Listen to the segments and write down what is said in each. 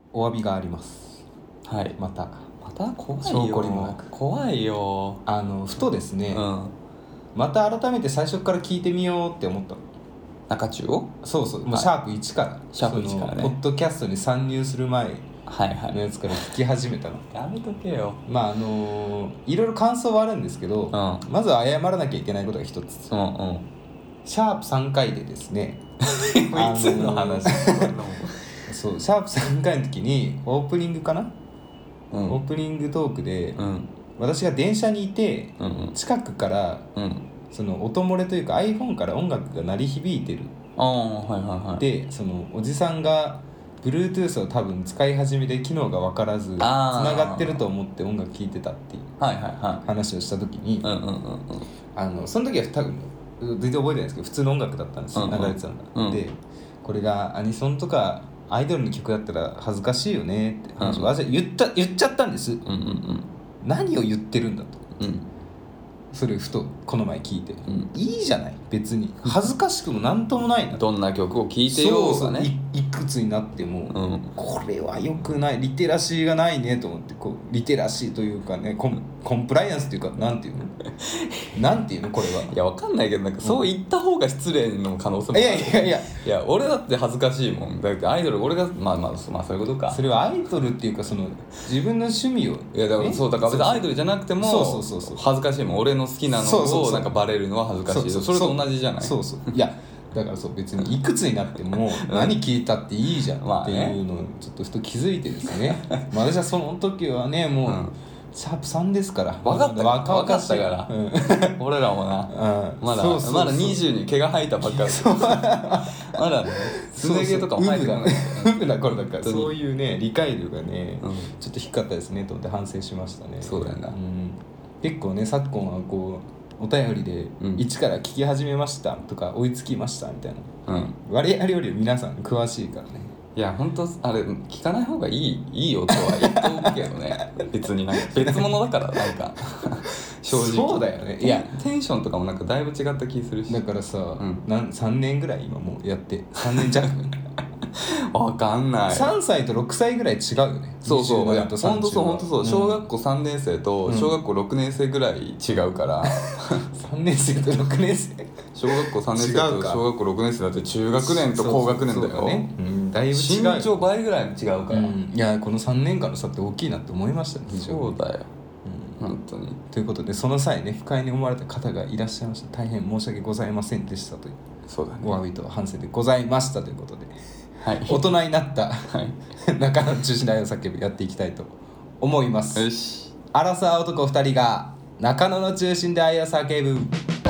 お詫びがあります。 はい。 また怖い証拠りもよなく怖いよ。 ふとですね、 うんまた改めて最初から聞いてみようって思ったの。 中中をそうそう、もうはいシャープ1からシャープ1からねポッドキャストに参入する前はいはいのやつから聞き始めたの。 やめとけよ。 まあいろいろ感想はあるんですけど、まずは謝らなきゃいけないことが一つ、 うんうんシャープ3回でですねいつの話そうシャープ3回の時にオープニングかな、 うんオープニングトークで、 うん私が電車にいて、 うん近くからうんその音漏れというか iPhone から音楽が鳴り響いてる。 ああはいはいはいでそのおじさんが Bluetooth を多分使い始めで機能が分からずつあーながってると思って音楽聴いてたっていうはいはいは話をした時に、 いうんうんうんうんその時は多分全然覚えてないんですけど普通の音楽だったんですよ、 うんうん流れてたのが、 うんでこれがアニソンとかアイドルの曲だったら恥ずかしいよねって話を、私は言っちゃったんです、 うんうん何を言ってるんだと。 うんそれふとこの前聞いて、 んいいじゃない別に恥ずかしくもなんともないなと。 どんな曲を聴いてようがねいくつになっても、 うんこれは良くない、リテラシーがないねと思って、こうリテラシーというかね、コンプライアンスというか、なんていうのなんていうのこれは。 いやわかんないけどなんかそう言った方が失礼の可能性もある。いや俺だって恥ずかしいもん。だってアイドル俺がまあそういうことか。 それはアイドルっていうか自分の趣味を、 いやだからそうだから別にアイドルじゃなくてもそう恥ずかしいもん。俺の好きなのをなんかバレるのは恥ずかしい。それと同じじゃない。 そういやだから別にいくつになっても何聞いたっていいじゃんっていうのをちょっとふと気づいてですね、まあ私はその時はねもう、シャープ3ですから分かった若々しいから、俺らもな、まだ20に毛が生えたばっかりまだねすね毛とかも生えてないウブな頃だからそういうね理解度がね、ちょっと低かったですねと思って反省しましたね。 そうだよな、 結構ね昨今はこうお便りで1から聞き始めましたとか追いつきましたみたいな、我々より皆さん詳しいからね。 いや本当あれ聞かない方がいいよとは言っておくけどね別になんか別物だからなんか正直そうだよね。いやテンションとかもなんかだいぶ違った気するし。 だからさ、3年ぐらい今もうやって3年弱わかんない。 3歳と6歳ぐらい違うよね。 そうそう 27と30はほんとそう、小学校3年生と小学校6年生ぐらい違うから、 3年生と6年生小学校3年生と小学校6年生だって中学年と高学年だよ。 そうね、だいぶ違う。 身長倍ぐらい違うから、 いやこの3年間の差って大きいなって思いましたね。非常にそうだよ、本当に。 ということでその際ね不快に思われた方がいらっしゃいました。大変申し訳ございませんでしたというそうだねお詫びと反省でございましたということで、 はい、 大人になった、 はい、 中野中心で愛を叫ぶやっていきたいと思います。 よし。 アラサー男2人が中野の中心で愛を叫ぶ。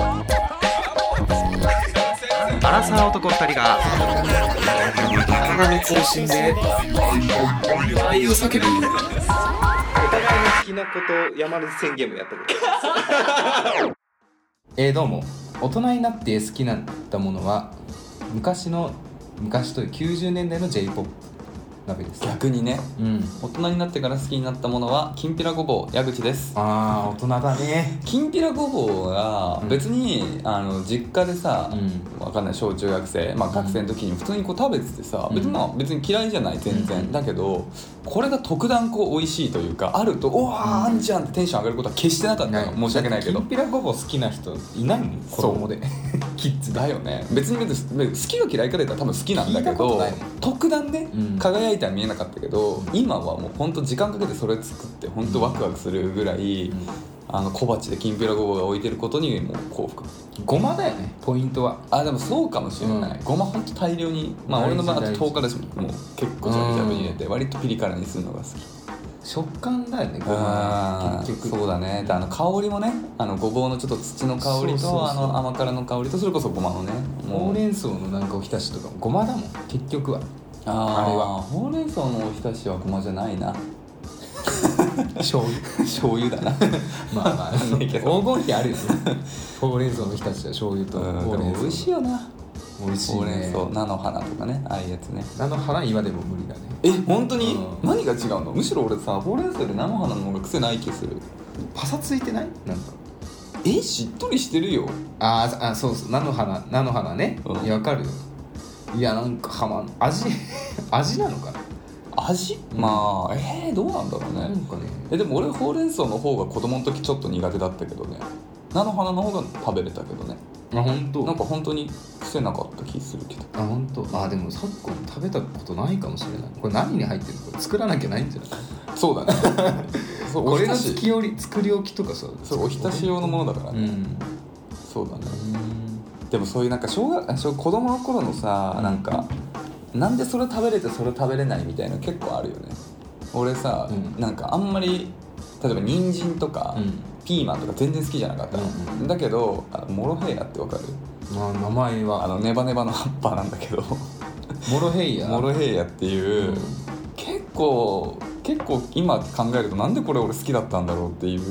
アラサー男2人が中野の中心で愛を叫ぶ。お互いの好きなことを山根宣言もやったことどうも。大人になって好きになったものは昔という90年代の J-POP 鍋です。 逆にね、 大人になってから好きになったものはきんぴらごぼう矢口です。 大人だね。 きんぴらごぼうが別に、実家でさ、わかんない小中学生、学生の時に普通にこう食べててさ、別に嫌いじゃない全然、だけどこれが特段こう美味しいというかあるとおわあんじゃんってテンション上がることは決してなかったの。申し訳ないけどきんぴらごぼう好きな人いないもん子供でキッズだよね。別に好きが嫌いかで言ったら多分好きなんだけど特段ね、輝いては見えなかったけど、今はもう本当時間かけてそれ作って本当ワクワクするぐらい、小鉢できんぴらごぼうが置いてることにもう幸福。 ごまだよねポイントは。 でもそうかもしれない、ごまほんと大量に、俺の場合だと唐辛子も結構ジャブジャブに入れて割とピリ辛にするのが好き。 食感だよねごま結局。 そうだね。で香りもねごぼうのちょっと土の香りと甘辛の香りとそれこそごまのねほうれん草のなんかおひたしとかもごまだもん結局は。 あれはほうれん草のおひたしはごまじゃないな醤油だなまあ黄金比あるよねほうれん草のひたしは醤油とほうれん草。 美味しいよな。 美味しいね。 ほうれん草菜の花とかねああいうやつね。 菜の花今でも無理だね。 本当に、何が違うの？むしろ俺さほうれん草より菜の花の方が癖ない気する。 パサついてない？なんかしっとりしてるよ。 そう菜の花ね、いやわかるよ。いやなんか味なのかな。 味、まあどうなんだろうね。 なんかねでも俺ほうれん草の方が子供の時ちょっと苦手だったけどね。菜の花の方が食べれたけどね。 本当なんか本当に癖なかった気するけど。 本当でも昨今食べたことないかもしれない。これ何に入ってるの？これ作らなきゃないんじゃない？ そうだねそうこれの作り置きとかさ、 そうおひたし用のものだからね、そうだね。でもそういうなんか子供の頃のさ、なんかなんでそれ食べれてそれ食べれないみたいな結構あるよね。俺さ、なんかあんまり例えば人参とか、ピーマンとか全然好きじゃなかったの、だけどモロヘイヤってわかる？ 名前はネバネバの葉っぱなんだけどモロヘイヤっていう、結構今考えるとなんでこれ俺好きだったんだろうっていう、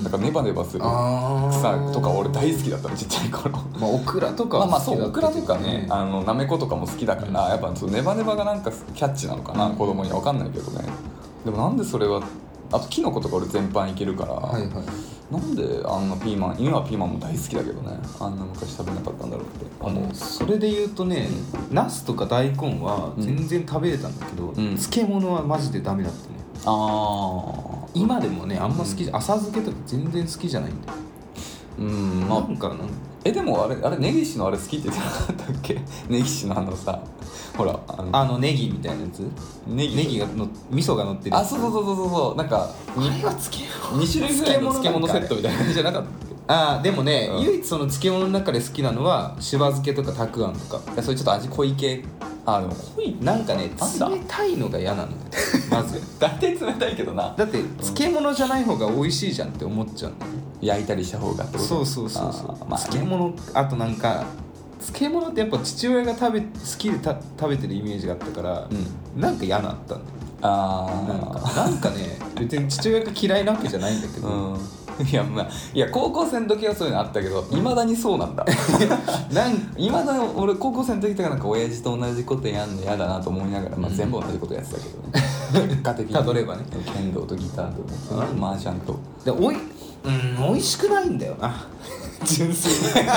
なんかネバネバする草とか俺大好きだったのちっちゃい頃オクラとかは好きだったけどね。 オクラとかねなめことかも好きだから、やっぱネバネバがなんかキャッチなのかな、子供には分かんないけどね。でもなんでそれはあとキノコとか俺全般いけるから、なんであんなピーマン、今はピーマンも大好きだけどね、あんな昔食べなかったんだろうってそれで言うとね、ナスとか大根は全然食べれたんだけど、漬物はマジでダメだったね。今でもねあんま好きじゃ、浅漬けとか全然好きじゃないんだよ。なんかでもあれ根岸のあれ好きって言ってなかったっけ？根岸のさほらネギみたいなやつ、ネギが味噌が乗ってるやつ。 そうなんかあれは漬物、 2種類ぐらいの漬物セットみたいな感じじゃなかったっけ？ でもね、唯一その漬物の中で好きなのはしば漬けとかたくあんとか。 それちょっと味濃い系。でも濃いなんかね冷たいのが嫌なのよまず大体冷たいけどな。 だって漬物じゃない方が美味しいじゃんって思っちゃうんだよね。 焼いたりした方がってこと？ そう漬物、あとなんか漬物ってやっぱ父親が好きで食べてるイメージがあったから、なんか嫌だったんだよ。なんかね別に父親が嫌いなわけじゃないんだけど、 いや高校生の時はそういうのあったけど、いまだにそうなんだいまだに俺高校生の時とかなんか親父と同じことやんの嫌だなと思いながら、全部同じことやってたけどね結果的にたどればね、 剣道とギターとマージャンとで美味しくないんだよな純粋にそれ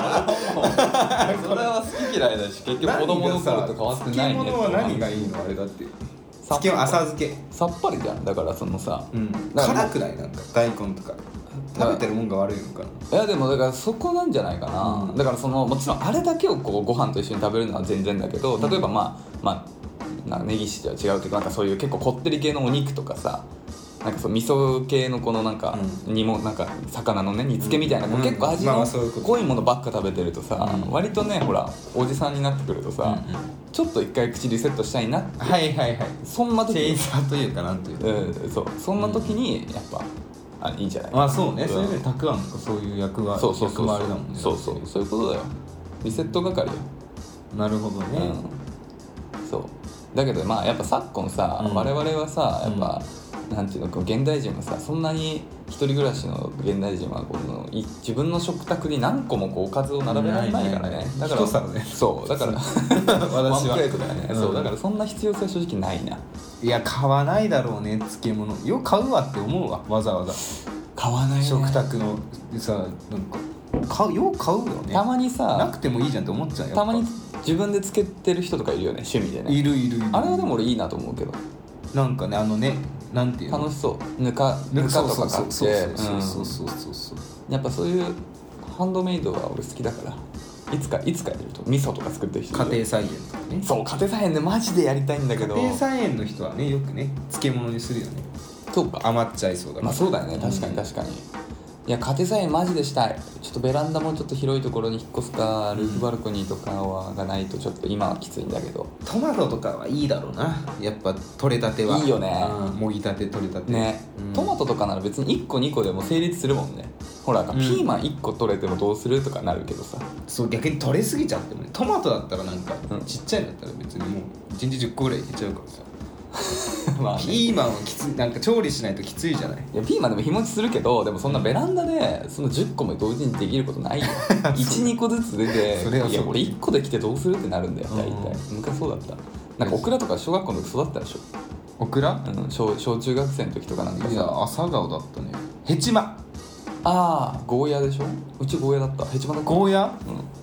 は好き嫌いだし、結局子供の頃と変わってないね。 漬物は何がいいの？あれだって浅漬けさっぱりじゃん。だからそのさ、 辛くない？なんか大根とか食べてるもんが悪いのかな。 いやでもだからそこなんじゃないかな、だからもちろんあれだけをこうご飯と一緒に食べるのは全然だけど、例えば根岸とは違うけど、なんかそういう結構こってり系のお肉とかさ、なんか味噌系のこのなんかなんか魚のね煮付けみたいな、結構味の濃いものばっか食べてるとさ、割とねほらおじさんになってくるとさ、ちょっと一回口リセットしたいなって、そんな時チェイサーというかなんていうそんな時にやっぱいいんじゃないかな。 そうね、それでたくあんとかそういう役割だもんね。 そういうことだよ、リセット係よ。 なるほどね。 そうだけどやっぱ昨今さ、我々はさやっぱなんていうの、現代人はさ、そんなに一人暮らしの現代人は自分の食卓に何個もおかずを並べられないからね。だからそうだから私はワンプレートだよね。そうだからそんな必要性は正直ないな。 いや買わないだろうね、漬物よく買うわって思うわ。わざわざ買わないね。 食卓のさ、なんかよく買うよね。 たまにさなくてもいいじゃんって思っちゃうよ。 たまに自分でつけてる人とかいるよね、趣味でね。 いるあれはでも俺いいなと思うけど、 なんかねなんていうの、 楽しそう。ぬかとか買ってやっぱそういうハンドメイドは俺好きだから、いつかやると味噌とか作ってる人、 家庭菜園とかね。 そう家庭菜園でマジでやりたいんだけど、 家庭菜園の人はねよくね漬物にするよね。 そうか、 余っちゃいそうだから。 そうだよね、確かにいや家庭菜園マジでしたい。ちょっとベランダもちょっと広いところに引っ越すか、ルーフバルコニーとかがないとちょっと今はきついんだけど。 トマトとかはいいだろうな、やっぱ取れたてはいいよね。 もぎたて取れたてね、トマトとかなら別に1個2個でも成立するもんね。ほら、ピーマン1個取れてもどうするとかなるけどさ、 そう逆に取れすぎちゃってもね。トマトだったらなんか、ちっちゃいんだったら別にもう1日10個ぐらいいけちゃうからさピーマンはきつい、なんか調理しないときついじゃない。 いやピーマンでも日持ちするけど、でもそんなベランダでその10個も同時にできることないよ12個ずつ出ていや俺1個できてどうするってなるんだよ大体。昔そうだった。なんかオクラとか小学校の時育ったでしょ。 オクラ、 小中学生の時とかなんかさ。 いや朝顔だったね。ヘチマ、 ゴーヤでしょ。うちゴーヤだった。ヘチマだった。 ゴーヤ、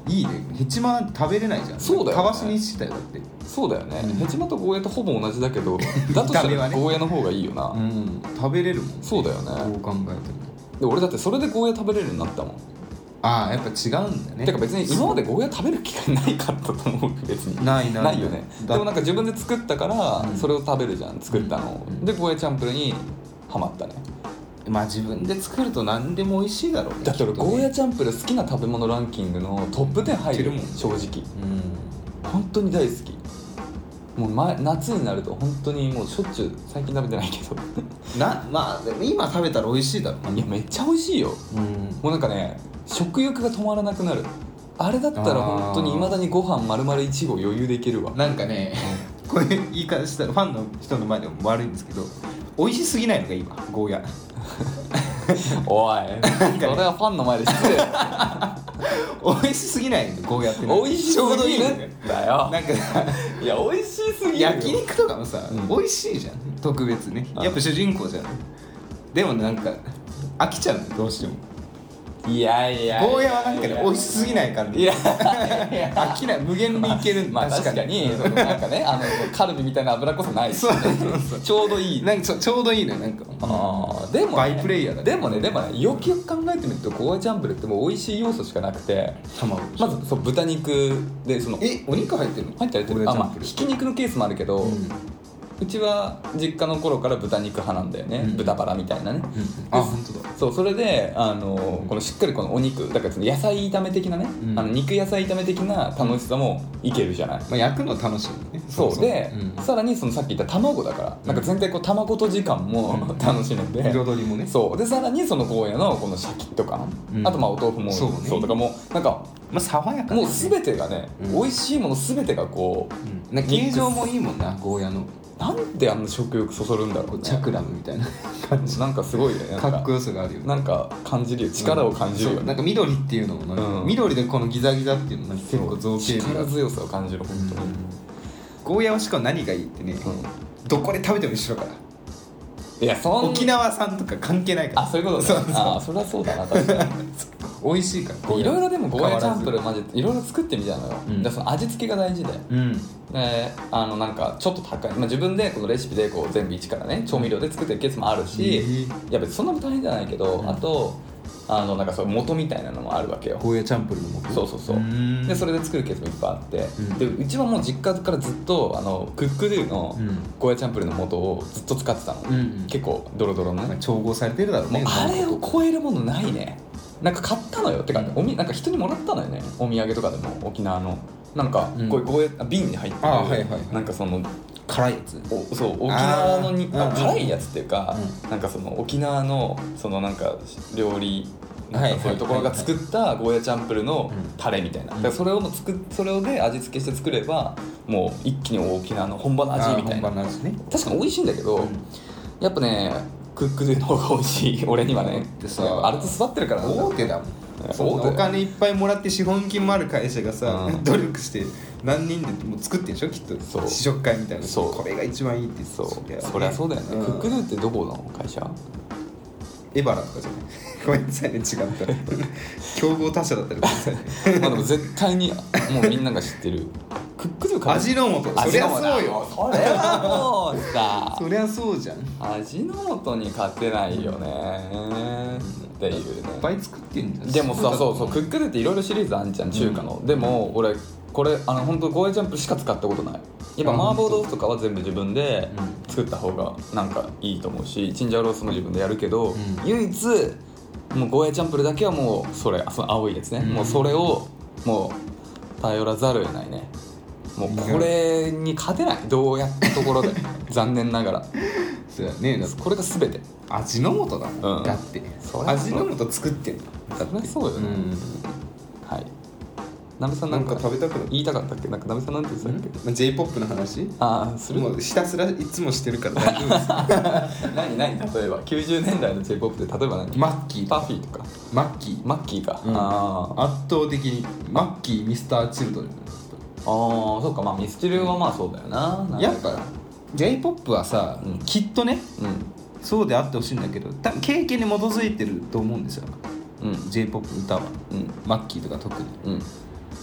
いいね。ヘチマ食べれないじゃん。 そうだよね。 たわしにしたよだって。 そうだよね、ヘチマとゴーヤとほぼ同じだけどだとしたらゴーヤの方がいいよな、 食べれるもん、ね、 そうだよね。 どう考えても。 で俺だってそれでゴーヤ食べれるようになったもん。 ああやっぱ違うんだね。 てか別に今までゴーヤ食べる機会ないかったと思う。別にないよね。でもなんか自分で作ったからそれを食べるじゃん、作ったの、でゴーヤチャンプルにハマったね。 まあ自分で作ると何でも美味しいだろうね。 だって俺ゴーヤチャンプル好きな食べ物ランキングのトップ10入るもん正直。本当に大好き。もう夏になると本当にもうしょっちゅう、最近食べてないけどまあでも今食べたら美味しいだろう。 いやめっちゃ美味しいよ、もうなんかね食欲が止まらなくなる。あれだったら本当に未だにご飯丸々1合余裕でいけるわ。 なんかねこれ言い方したらファンの人の前でも悪いんですけど、美味しすぎないのがいいわゴーヤおいそれはファンの前で失礼美味しすぎないんだゴーヤって、 美味しすぎるちょうどいいんだよ。なんかいや美味しすぎるよ。 焼肉とかもさ、美味しいじゃん特別ね。やっぱ主人公じゃん。でもなんか飽きちゃうんだよどうしても。 いやゴーヤはなんかね美味しすぎないからね。いや飽きない、無限にいけるんだ。 まあ確かになんかねカルビみたいな脂こそないし、ね、ちょうどいい。 なんかちょうどいいのよなんか。 でもね、 バイプレイヤーだね。でもねよくよく考えてみるとゴーヤチャンプルってもう美味しい要素しかなくて、まずそう豚肉でお肉入ってるの？ 入ってる。ひき肉のケースもあるけど、うちは実家の頃から豚肉派なんだよね、豚バラみたいなね、 本当だ。 そうそれでこのしっかりこのお肉だからその野菜炒め的なね、肉野菜炒め的な楽しさもいけるじゃない。 焼くの楽しいね。 そうで、さらにそのさっき言った卵だからなんか全体こう卵とじ感も楽しんで、 彩りもね。 そうでさらにそのゴーヤのこのシャキッと感、あとまあお豆腐もそうとかもなんか爽やか。 もう全てがね、美味しいもの全てがこう形状もいいもんなゴーヤの。 なんであんな食欲そそるんだろうね。 チャクラムみたいな感じ。 なんかすごいね。 かっこよさがあるよ。 なんか感じるよ。力を感じるよね。 なんか緑っていうのも緑でこのギザギザっていうのが結構造形美が。 力強さを感じる本当に。 ゴーヤはしかも何がいいってね、どこで食べても一緒だから。 いや沖縄産とか関係ないから。 あ、そういうことね。それはそうだな確かに。 美味しいからいろいろ。でもゴーヤチャンプルマジいろいろ作ってみたのよ、でその味付けが大事で、でなんかちょっと高い、自分でこのレシピでこう全部一からね調味料で作ってるケースもあるし、いや別にそんなも大変じゃないけど、あとなんかそう元みたいなのもあるわけよ。 ゴーヤチャンプルの元。 そうでそれで作るケースもいっぱいあって、でうちはもう実家からずっとクックドゥのゴーヤチャンプルの素をずっと使ってたの、結構ドロドロのね。 調合されてるだろうね。 あれを超えるものないね。なんか買ったのよ。てかなんか人にもらったのよね、お土産とかでも。沖縄のなんかこういうゴーヤ瓶に入ってるなんかその辛いやつ。 そう沖縄の辛いやつっていうか、なんかその沖縄のそのなんか料理なんかそういうところが作ったゴーヤチャンプルのタレみたいな、だからそれをで味付けして作ればもう一気に沖縄の本場の味みたいな。確かに美味しいんだけど、やっぱねクックドゥの方が美味しい俺にはね。あれと育ってるからなんだ。 大手だもん。お金いっぱいもらって資本金もある会社がさ、努力して何人でも作ってんでしょきっと。試食会みたいな。これが一番いいって。 そりゃそうだよね。クックドゥってどこの会社？ エバラとかじゃない。ごめんなさいね、違ったら競合他社だったらごめんなさいね。 でも絶対にもうみんなが知ってるクックドゥか。 味の素。そりゃそうよ。 それはもうさそりゃそうじゃん。 味の素に勝てないよねっていうね。いっぱい作ってんじゃん。 でもさそうクックドゥっていろいろシリーズあんじゃん中華の。でも俺これ本当ゴーヤチャンプルしか使ったことない。やっぱ麻婆豆腐とかは全部自分で作った方がなんかいいと思うし、チンジャオロースも自分でやるけど、唯一もうゴーヤチャンプルだけはもうその青いやつね、もうそれをもう頼らざるを得ないね。もうこれに勝てない、どうやったところで残念ながら。 そうやね。 これが全て味の素だもん、だって味の素作ってんの。 そりゃそうよね。はい。なべさんなんか食べたくな言いたかったっけ？なんかなべさんなんて言ってたっけ ？J-POP の話？ する？ もうひたすらいつもしてるから大丈夫です。 何例えば90年代の J-POP って例えば何？ マッキー、 パフィーとか。 マッキーか。 圧倒的にマッキー、ミスターチルドレン。 そうか。ミスチルはまあそうだよな。 やっぱ J-POP はさ、きっとね、そうであってほしいんだけど、多分経験に基づいてると思うんですよ。J-POP 歌は、マッキーとか特に。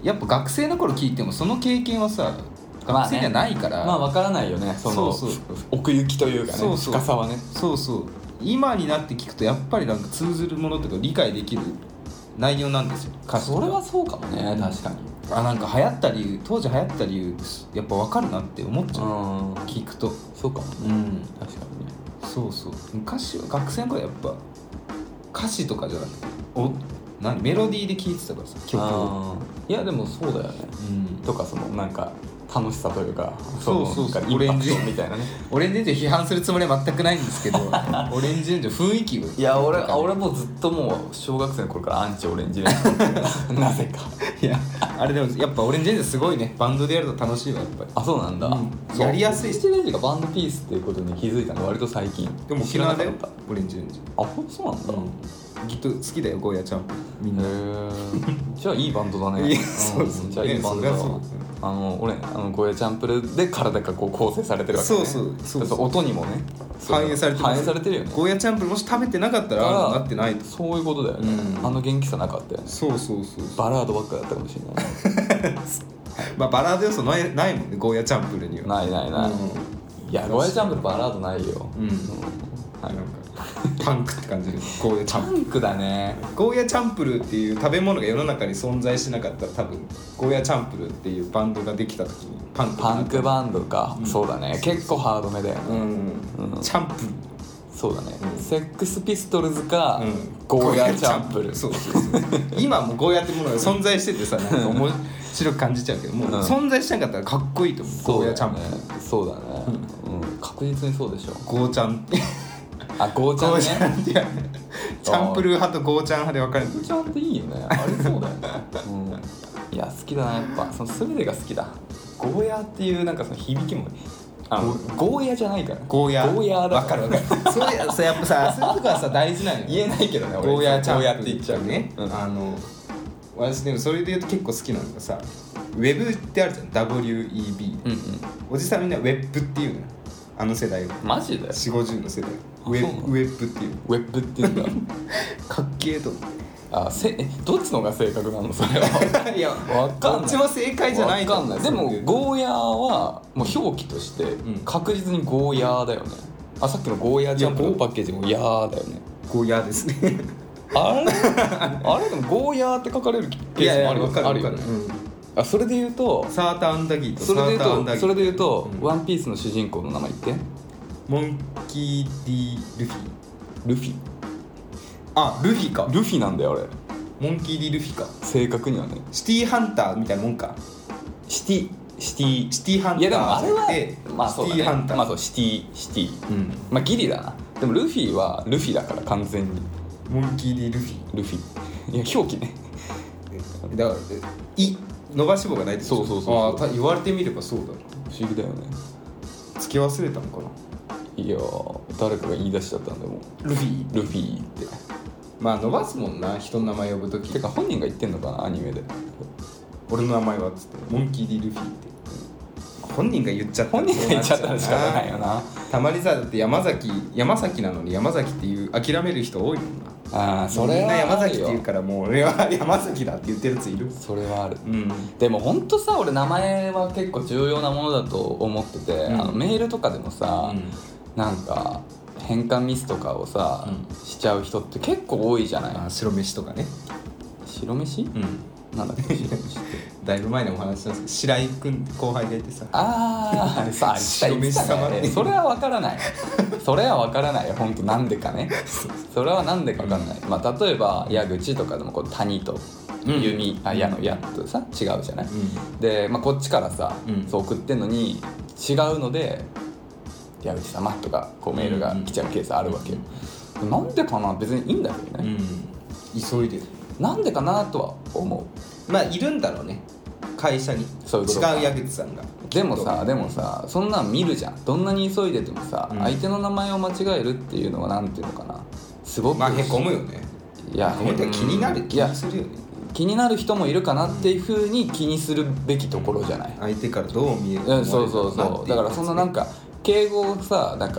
やっぱ学生の頃聞いてもその経験はさ学生にはないから、 まあ分からないよね、その奥行きというかね、深さはね。 そうそう、今になって聞くとやっぱりなんか通ずるものとか理解できる内容なんですよ、 歌詞とか。それはそうかもね、確かに。 なんか流行った理由、当時流行った理由やっぱ分かるなって思っちゃう、聞くと。 そうかもね、確かにね。 そうそう、昔は学生の頃やっぱ歌詞とかじゃなくてメロディーで聴いてたからさ、曲を。 いやでもそうだよね、とかそのなんか楽しさというか、 そうインパクトみたいなね。 オレンジレンジを批判するつもりは全くないんですけどオレンジレンジの雰囲気を。 いや俺もずっともう小学生の頃からアンチオレンジレンジなぜか。 いやあれでもやっぱオレンジレンジすごいね、バンドでやると楽しいわやっぱり。 あ、そうなんだ、 やりやすい。 オレンジレンジがバンドピースっていうことに気づいたの割と最近。 でも沖縄でオレンジレンジ。 あ、そうなんだ。 きっと好きだよ、ゴーヤチャンプみんな。 じゃあいいバンドだね。 そうじゃあいいバンドだわ。俺ゴーヤチャンプルで体がこう構成されてるわけね。そう音にもね反映されてるよね。ゴーヤチャンプルもし食べてなかったらなってない。 そういうことだよね、元気さなかったよね。 そうバラードばっかだったかもしれない。 まあバラード要素ないもんね、ゴーヤチャンプルには。 ない、いやゴーヤチャンプルバラードないよ。 なんかパンクって感じでゴーヤチャンプル。 パンクだね。 ゴーヤチャンプルっていう食べ物が世の中に存在しなかったら多分ゴーヤチャンプルっていうバンドができた時にパンクバンドか、そうだね、結構ハードめだよね。 チャンプル、 そうだね、セックスピストルズか、ゴーヤチャンプル。 そう今もゴーヤってものが存在しててさ、なんか面白く感じちゃうけども、存在しなかったらかっこいいと思う。ゴーヤチャンプル。 そうだね、確実にそうでしょ。 ゴーちゃんゴーちゃんね。 チャンプルー派とゴーちゃん派で分かれてる。 ゴーちゃんっていいよね、あれそうだよね。いや好きだな、やっぱその全てが好きだ。ゴーヤっていうなんかその響きもゴーヤじゃないから。 ゴーヤだ。分かるそうやっぱさ、そういうとこはさ大事なのよ。 言えないけどね、 ゴーヤチャンプルって言っちゃうね。私でもそれで言うと結構好きなのがさ、ウェブってあるじゃん、 WEB。おじさんみんなウェブっていうのよ、あの世代は。 マジで 4,50 の世代ウェブっていう。 ウェブっていうんだ。 かっけえと思って。 どっちのが正確なのそれは。いや分かんない。 どっちも正解じゃない分かんない。でもゴーヤーはもう表記として確実にゴーヤーだよね。さっきのゴーヤージャンプのパッケージもヤーだよね。 ゴーヤーですね。 あれでもゴーヤーって書かれるケースもあるよね。それで言うとサーターアンダギーとそれで言うとワンピースの主人公の名前言って。 モンキー・ディ・ルフィ。 ルフィか。 ルフィなんだよあれ。 モンキー・ディ・ルフィか。 正確にはねシティハンターみたいなもんか。シティハンター。 いやでもあれはまあそうだね、 シティハンター。 まあそうシティ、まあギリだな。でもルフィはルフィだから完全に。 モンキー・ディ・ルフィ。いや表記ね。 だから伸ばし棒がないってこと。そう言われてみればそうだな。 不思議だよね。 付け忘れたのかな。 いや誰かが言い出しちゃったんだもん。ルフィってまあ伸ばすもんな、人の名前呼ぶとき。 てか本人が言ってんのかな、アニメで。 俺の名前はっつってモンキー・ディ・ルフィって本人が言っちゃったら仕方ないよな。 たまにさ、だって山崎なのに山崎っていう諦める人多いもんな。 それはみんな山崎って言うからもう俺は山崎だって言ってるやついる。 それはある。でもほんとさ、俺名前は結構重要なものだと思ってて、メールとかでもさ、なんか変換ミスとかをさ、しちゃう人って結構多いじゃない。 白飯とかね。 白飯？なんだっけ、白飯ってだいぶ前にお話ししたんですけど、白井君後輩がいてさ、 白飯様ね。それは分からない。本当なんでかね。それはなんでか分かんない。まあ例えば矢口とかでもこう谷と弓、矢の矢とさ違うじゃない。で、まあ、こっちからさ、そう送ってんのに違うので矢口様とかこうメールが来ちゃうケースあるわけよ。なんでかな、別にいいんだけどね。 急いでる。 なんでかなとは思う。まあいるんだろうね、会社に。違う矢口さんが。 でもさそんなん見るじゃん。どんなに急いでてもさ、相手の名前を間違えるっていうのはなんていうのかな、すごくまあへこむよね。いや気になる、気にするよね。 気になる人もいるかなっていう風に気にするべきところじゃない。 相手からどう見えるか。 そうだからそんななんか敬語をさ、なんか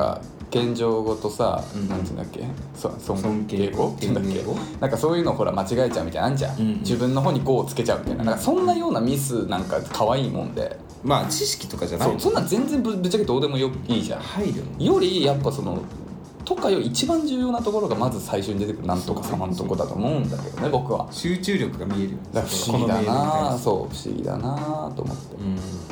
謙譲語とさ、なんていうんだっけ、尊敬語っていうんだっけ、なんかそういうのほら間違えちゃうみたいなのあんじゃん、自分の方に語をつけちゃうみたいな、なんかそんなようなミスなんか可愛いもんで、 まあ知識とかじゃない、 そんな全然ぶっちゃけどうでもいいじゃん。 配慮よりやっぱそのとかよ一番重要なところがまず最初に出てくるなんとか様のとこだと思うんだけどね、僕は。 集中力が見えるよ。 だから不思議だな、そう不思議だなと思って、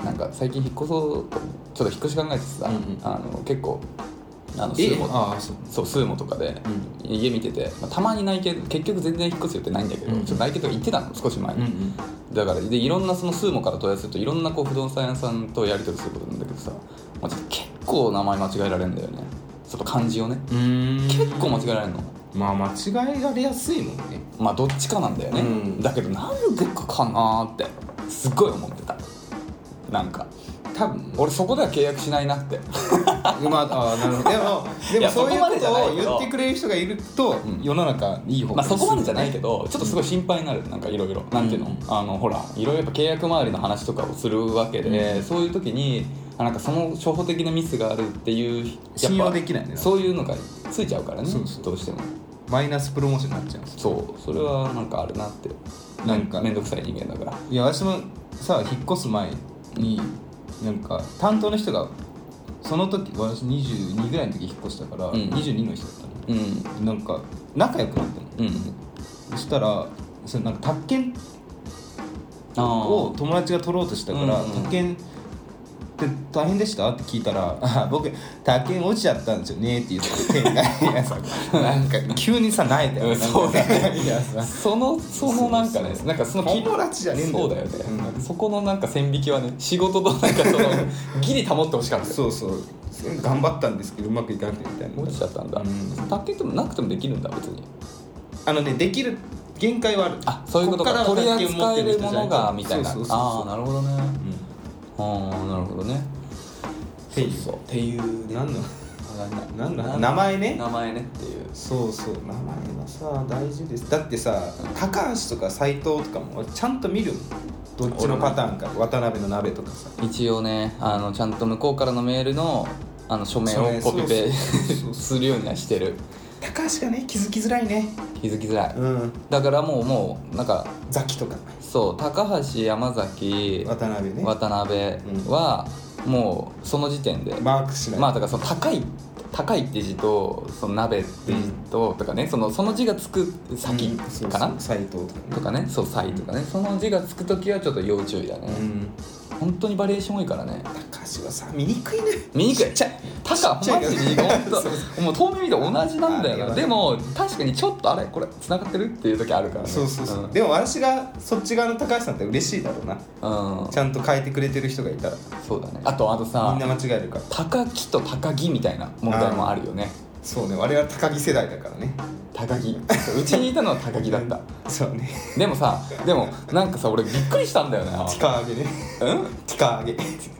なんか最近引っ越そうとちょっと引っ越し考えてさ、結構スーモとかで家見てて、たまに内見、結局全然引っ越す予定ないんだけど、ちょっと内見とか行ってたの少し前に、だからでいろんなそのスーモから問い合わせるといろんなこう不動産屋さんとやり取りすることなんだけどさ、ちょっと結構名前間違えられるんだよね、ちょっと漢字をね、結構間違えられるの。 まあ間違えられやすいもんね。 まあどっちかなんだよね、だけどなんでかなってすっごい思ってた。なんか多分俺そこでは契約しないなってなるほど。でもそういうことを言ってくれる人がいると世の中いい方向に進む、そこまでじゃないけどちょっとすごい心配になる。なんかいろいろなんていうの、ほらいろいろやっぱ契約周りの話とかをするわけで、そういう時になんかその初歩的なミスがあるっていう信用できないね、 そういうのがついちゃうからね、どうしてもマイナスプロモーションになっちゃう。 そうそれはなんかあるなって、なんか面倒くさい人間だから。 いや私もさ引っ越す前になんか担当の人がその時私22ぐらいの時引っ越したから、22の人だったの、なんか仲良くなったの、そしたらそれなんか宅建を友達が取ろうとしたから、宅建って大変でしたって聞いたら「僕宅建落ちちゃったんですよね」って言って店外やさなんか急にさ泣いたよ、 そうだねそのなんかね、なんかその友達じゃねえんだよ。 そうだよね、そこのなんか線引きはね、仕事となんかそのギリ保ってほしかったそう頑張ったんですけどうまくいかなくてみたいな。 落ちちゃったんだ。宅建ってなくてもできるんだ別に。 できる限界はある。 そういうことか。取り扱えるものがみたいな。 なるほどね。なるほどね。 っていうなんだ名前ねっていう。 そう名前はさ大事です。だってさ高橋とか斉藤とかもちゃんと見るもん、どっちのパターンか。渡辺の鍋とかさ一応ねちゃんと向こうからのメールの署名をコピペするようにはしてる。 高橋がね気づきづらいね。 気づきづらい、だからもうなんかザキとかそう高橋山崎渡辺はもうその時点でマークしない。 だからその高いって字とその鍋って字とかね、その字がつく先かな、 斉藤とかね、そう斉とかね、その字がつくときはちょっと要注意だね。本当にバリエーション多いからね。 高橋はさ見にくいね。 見にくい。高マジでもう遠目見て同じなんだよな。でも確かにちょっとこれ繋がってるっていう時あるからね。 そうでも私がそっち側の高橋さんって嬉しいだろうな、ちゃんと変えてくれてる人がいたら。 そうだね。あとさ、 みんな間違えるから高木と高木みたいな問題もあるよね。 そうね、我々高木世代だからね。 高木うちにいたのは高木だったそうね。 でもなんかさ俺びっくりしたんだよね。 ティカ揚げね。ティカ揚げ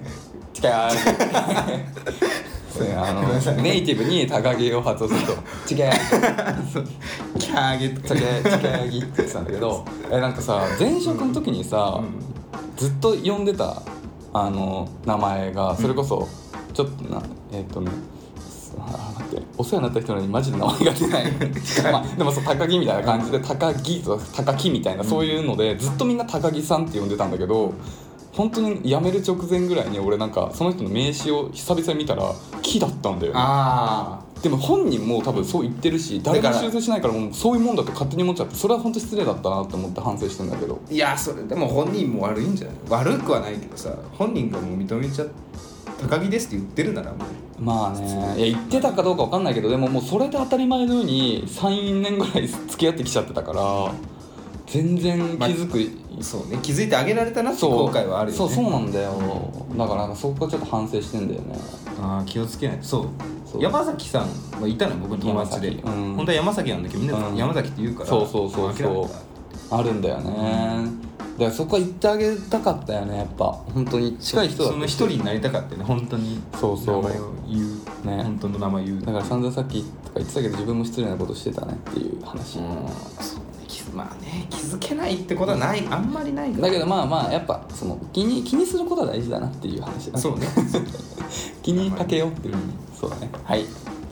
ネイティブに高木を発音するとチカキャーゲチカヤギって言ってたんだけどなんかさ前職の時にさ、ずっと呼んでた名前がそれこそちょっと待ってお世話になった人のにマジで名前が出ないでも高木みたいな感じで高木と高木みたいなそういうのでずっとみんな高木さんって呼んでたんだけど、本当に辞める直前ぐらいに俺なんかその人の名刺を久々に見たら木だったんだよね。でも本人も多分そう言ってるし誰も修正しないからもうそういうもんだと勝手に思っちゃって、それは本当に失礼だったなと思って反省してんだけど。 いやそれでも本人も悪いんじゃない。悪くはないけどさ、本人がもう認めちゃ高木ですって言ってるならもうまあね、いや言ってたかどうか分かんないけど、でももうそれで当たり前のように 3年ぐらい付き合ってきちゃってたから全然気づく、 そうね、気づいてあげられたなって後悔はあるよね。 そうなんだよ、だからそこはちょっと反省してんだよね。 気をつけないと。そう山崎さんはいたの僕の友達で、本当は山崎なんだけどみんな山崎って言うから、 そうあるんだよね、だからそこは言ってあげたかったよね。やっぱ本当に近い人だった。 その一人になりたかったよね、本当に。名前を言うね、本当の名前言う。 だから散々さっきとか言ってたけど自分も失礼なことしてたねっていう話。 そうね、まあね、気づけないってことはない、あんまりないから。 だけどまあやっぱその気にすることは大事だなっていう話だね。 そうね気にかけようっていう、そうだね。はい、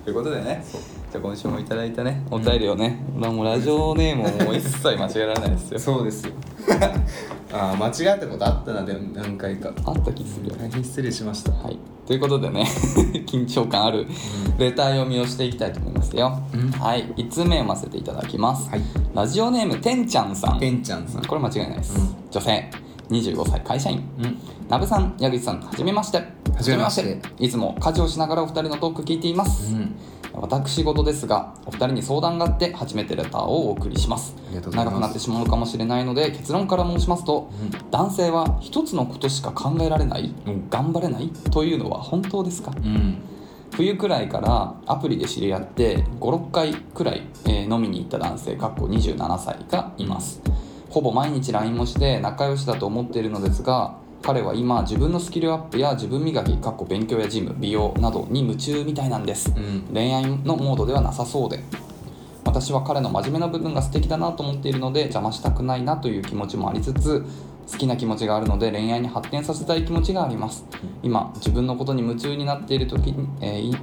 ということでね、じゃあ今週もいただいたねお便りをね、もうラジオネームももう一切間違えられないですよ。 そうですよああ間違ったことあったな。でも何回かあった気するよ。 大変失礼しました。 はい、ということでね緊張感あるレター読みをしていきたいと思いますよ、はい、5つ目読ませていただきます、はい、ラジオネームてんちゃんさん。 てんちゃんさん、 これ間違いないです、女性25歳会社員、なべさん、矢口さん、はじめまして。はじめまして。 いつも家事をしながらお二人のトーク聞いています、私事ですが、お二人に相談があって初めてレターをお送りします。長くなってしまうかもしれないので結論から申しますと、男性は一つのことしか考えられない、頑張れないというのは本当ですか？冬くらいからアプリで知り合って 5,6 回くらい、飲みに行った男性27歳がいます。ほぼ毎日 LINE もして仲良しだと思っているのですが、彼は今自分のスキルアップや自分磨き勉強やジム、美容などに夢中みたいなんです、恋愛のモードではなさそうで、私は彼の真面目な部分が素敵だなと思っているので邪魔したくないなという気持ちもありつつ、好きな気持ちがあるので恋愛に発展させたい気持ちがあります。今自分のことに夢中になっている時に、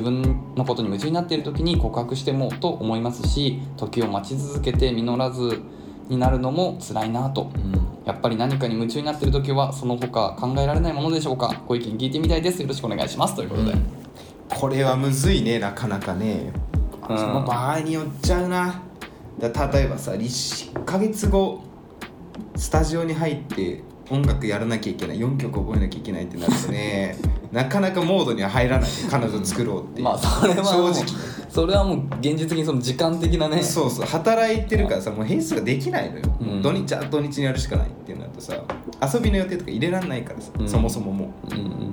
告白してもと思いますし、時を待ち続けて実らずになるのも辛いなと、やっぱり何かに夢中になっている時はその他考えられないものでしょうか？ご意見聞いてみたいです。よろしくお願いしますということで、 これはむずいね、なかなかね、その場合によっちゃうな。例えばさ、1ヶ月後スタジオに入って音楽やらなきゃいけない、4曲覚えなきゃいけないってなるとねなかなかモードには入らないね、彼女作ろうっていう。 まあそれは正直それはもう現実的にその時間的なね、 そうそう、働いてるからさ、もう編集ができないのよ、土日にやるしかないっていうのだとさ、遊びの予定とか入れられないからさ、そもそももう、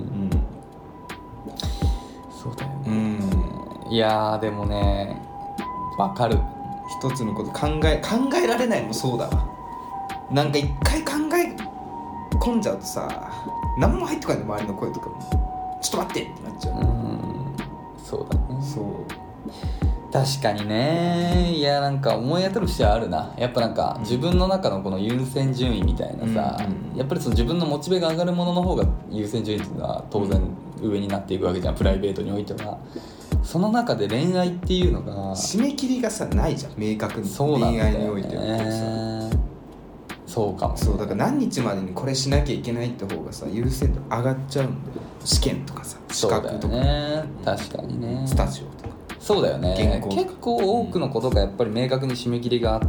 そうだよね、いやーでもね、わかる。 一つのこと考えられないのもそうだわ。なんか一回考え込んじゃうとさ、何も入ってこないの、周りの声とかもちょっと待ってってなっちゃう。 そうだね。 そう、 確かにね。いや、なんか思い当たる節はあるな。やっぱなんか自分の中のこの優先順位みたいなさ、やっぱりその自分のモチベが上がるものの方が優先順位っていうのは当然上になっていくわけじゃん、プライベートにおいては。その中で恋愛っていうのが締め切りがさないじゃん、明確に。 そうなんだよね、 恋愛においてはさ、 そうかも、ね、 そうだから何日までにこれしなきゃいけないって方がさ、優先度上がっちゃうんだよ。試験とかさ、資格とか、 ね、確かにね、 スタジオとか。 そうだよね。結構多くのことがやっぱり明確に締め切りがあって、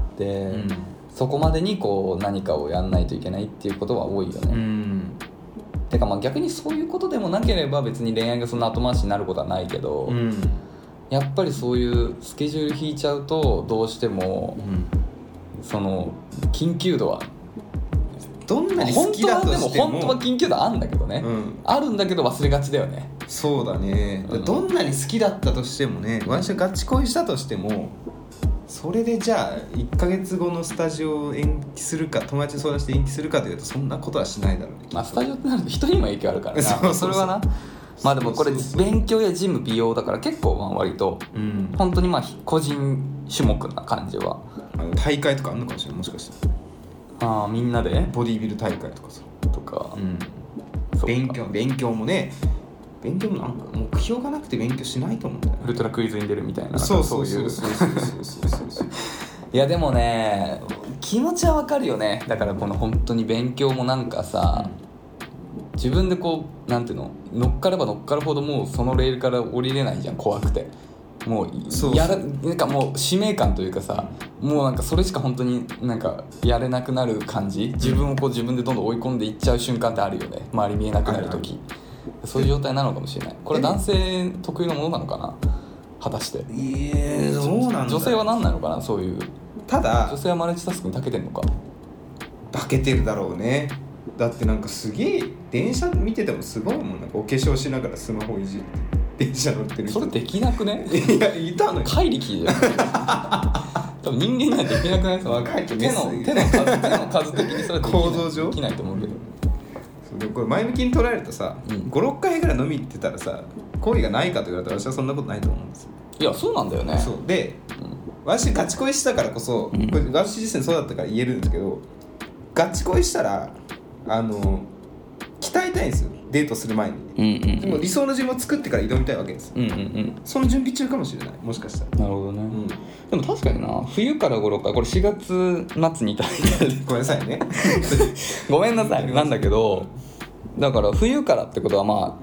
そこまでにこう何かをやんないといけないっていうことは多いよね。てかまあ逆にそういうことでもなければ別に恋愛がそんな後回しになることはないけど、やっぱりそういうスケジュール引いちゃうとどうしても、その緊急度はどんなに好きだとしても本当は緊急度あるんだけどね、あるんだけど忘れがちだよね。 そうだね、どんなに好きだったとしてもね、私はガチ恋したとしても、それでじゃあ1ヶ月後のスタジオを延期するか、友達に相談して延期するかというとそんなことはしないだろうね。 まあスタジオってなると人にも影響あるからなそれはな。まあでもこれ勉強やジム、美容だから結構割と本当にまあ個人種目な感じは。 大会とかあるのかもしれない、もしかして。 みんなでボディビル大会とかさ、 とか、 勉強もね、勉強もなんか目標がなくて勉強しないと思うんだよね。 ウルトラクイズに出るみたいな、 そういやでもね、気持ちはわかるよね。だからこの本当に勉強もなんかさ、自分でこうなんていうの、乗っかれば乗っかるほどもうそのレールから降りれないじゃん、怖くて。もうなんかもう使命感というかさ、もうなんかそれしか本当になんかやれなくなる感じ、自分をこう自分でどんどん追い込んでいっちゃう瞬間ってあるよね、周り見えなくなる時。そういう状態なのかもしれない。これ男性特有のものなのかな、果たして。 どうなんだ。 女性は何なのかな、そういう。 ただ女性はマルチタスクに長けてるのか。 長けてるだろうね。だってなんかすげえ電車見ててもすごいもん、なんかお化粧しながらスマホいじって電車乗ってる人。 それできなくね。 いや、いたのよ。 怪力じゃん多分人間にはできなくないですか。 若いと手の数的にそれは構造上できないと思うけど。 でこれ前向きに捉えるとさ、5,6 回ぐらい飲み行ってたらさ、恋がないかと言われたら私はそんなことないと思うんですよ。 いや、そうなんだよね。 そうで、私ガチ恋したからこそ、これ私自身そうだったから言えるんですけど、ガチ恋したら鍛えたいんですよ、 デートする前に、でも理想の自分を作ってから挑みたいわけです、その準備中かもしれない、もしかしたら。 なるほどね、でも確かにな、冬から頃か、これ4月末にいただいたごめんなさいねごめんなさいなんだけど、だから冬からってことは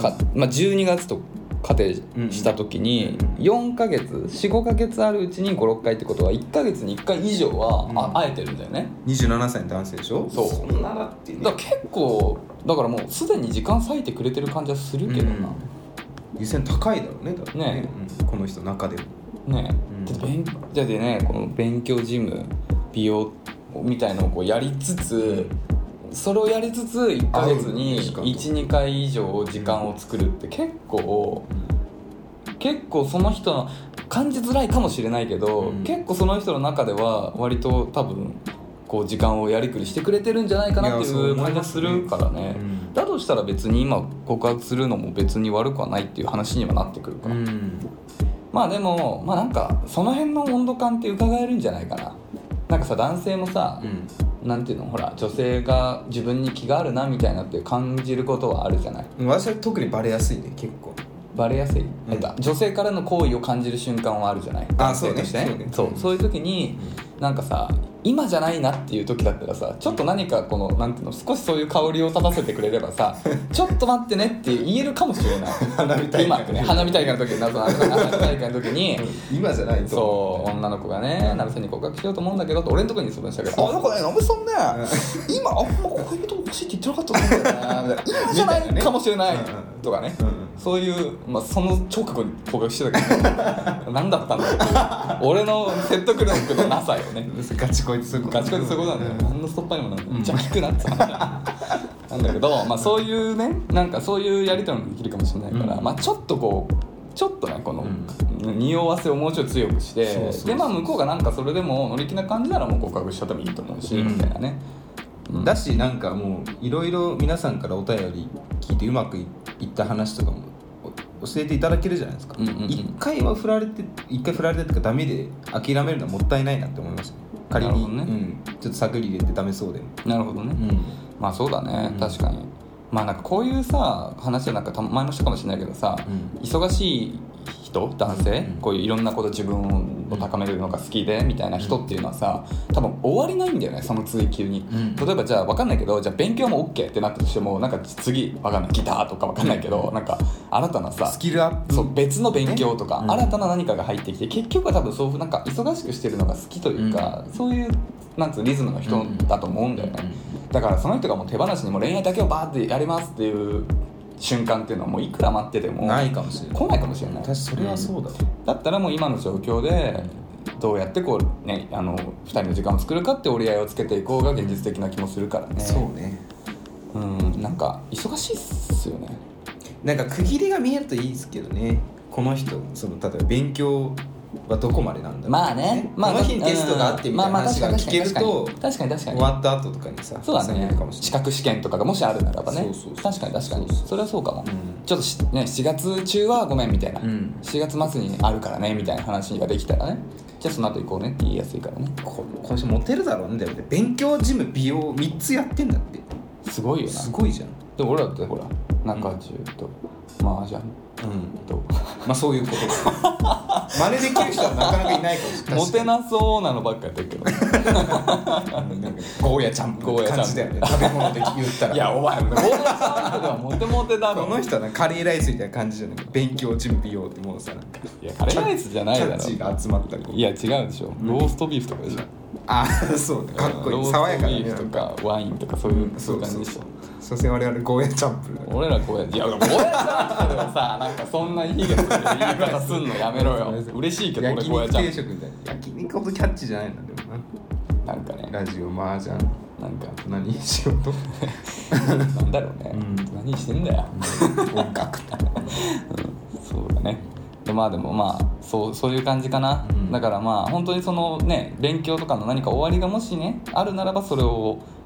12月と仮定した時に4ヶ月4,5 ヶ月あるうちに 5,6 回ってことは1ヶ月に1回以上は会えてるんだよね。 27歳の男性でしょ。 そう、そんなだってだから結構だからもうすでに時間割いてくれてる感じはするけどな、 優先高いだろうね、だってね、この人の中でもね、じゃあね、この勉強ジム美容みたいのをこうやりつつ、それをやりつつ1ヶ月に 1,2 回以上時間を作るって結構その人の感じづらいかもしれないけど、結構その人の中では割と多分こう時間をやりくりしてくれてるんじゃないかなっていう感じがするからね。だとしたら別に今告白するのも別に悪くはないっていう話にはなってくるから、まあでもなんかその辺の温度感って伺えるんじゃないかな。なんかさ、男性もさ、なんていうの、ほら女性が自分に気があるなみたいなって感じることはあるじゃない。 私は特にバレやすいね、結構バレやすい、女性からの好意を感じる瞬間はあるじゃない。 そうね、 そういう時になんかさ、今じゃないなっていう時だったらさ、ちょっと何かこのなんていうの、少しそういう香りを立たせてくれればさちょっと待ってねって言えるかもしれない花火大会、 花火大会の時に花火大会の時に今じゃないと、 そう女の子がね、ナベさんに告白しようと思うんだけどって俺のところに相談したけど、なんかね、ナベさんね今あんま恋人欲しいって言ってなかったと思うんだよね今じゃないかもしれないとかね、そういう、その直後に告白してたけど何だったんだろうっていう俺の説得力のなさよねガチ恋ってそういうことなんだよ、何のストッパーにもなんだよ、じゃあ聞くなってなんだけど、そういうね、なんかそういうやり取りもできるかもしれないから、ちょっとね、この匂わせをもうちょい強くして、で向こうがなんかそれでも乗り気な感じならもう告白しちゃってもいいと思うし、みたいなね、 だし、なんかもういろいろ皆さんからお便り聞いてうまくいった話とかも教えていただけるじゃないですか。一回振られてとかダメで諦めるのはもったいないなって思いましたね。仮に、ちょっと探り入れてダメそうでも。 なるほどね、そうだね、確かに。なんかこういうさ話はなんか前もしたかもしれないけどさ、忙しい人、男性、こういういろんなこと自分を高めるのが好きでみたいな人っていうのはさ、多分終わりないんだよね、その追求に。例えばじゃあ分かんないけど、じゃあ勉強も OK ってなったとしても、なんか次分かんないギターとか分かんないけど、なんか新たなさスキルアップ、 別の勉強とか、新たな何かが入ってきて、結局は多分そういうなんか忙しくしてるのが好きというか、そういうなんつうリズムの人だと思うんだよね。だからその人がもう手放しにも恋愛だけをバーってやりますっていう瞬間っていうのはもういくら待っててもないかもしれない、 来ないかもしれない。 確かにそれはそうだ、 だったらもう今の状況でどうやってこうね、2人の時間を作るかって折り合いをつけていこうが現実的な気もするからね。 そうね、 なんか忙しいっすよね。 なんか区切りが見えるといいですけどね。この人、例えば勉強はどこまでなんだろう、この日にテストがあってみたいな話が聞けると、 確かに終わった後とかにさ、 そうだね、資格試験とかがもしあるならばね、確かにそれはそうかも。ちょっとね、7月中はごめんみたいな、4月末にあるからねみたいな話ができたらね、じゃあその後行こうねって言いやすいからね。 今週モテるだろうね。だよね、勉強、ジム、美容3つやってんだって。 すごいよな。 すごいじゃん。 でも俺らってほら中中と麻雀と、 そういうことです真似できる人はなかなかいないかもしれない。 モテなそうなのばっかやってるけどゴーヤチャンプって感じだよね、食べ物で言ったら。 いやお前ゴーヤチャンプではモテモテだろ。 この人はカレーライスみたいな感じじゃない。勉強、ジム、美容ってもうさ、なんかいやカレーライスじゃないだろ、 キャッチが集まったり。 いや違うでしょ、ローストビーフとかでしょ。 そうかっこいい、爽やかなね。 ローストビーフとかワインとかそういう感じでしょ。 所詮我々ゴーヤチャンプル。 俺らゴーヤ、いやゴーヤチャンプルはさ、なんかそんな悲劇な言い方すんのやめろよ。嬉しいけど俺ゴーヤチャンプル。 焼肉定食みたいな。焼肉ほどキャッチじゃないんだでもな。なんかね。 ラジオ、麻雀、 なんか何仕事なんだろうね。何してんだよ。 音楽。 そうだね。でもそういう感じかな。だから本当にそのね、勉強とかの何か終わりがもしねあるならば、それを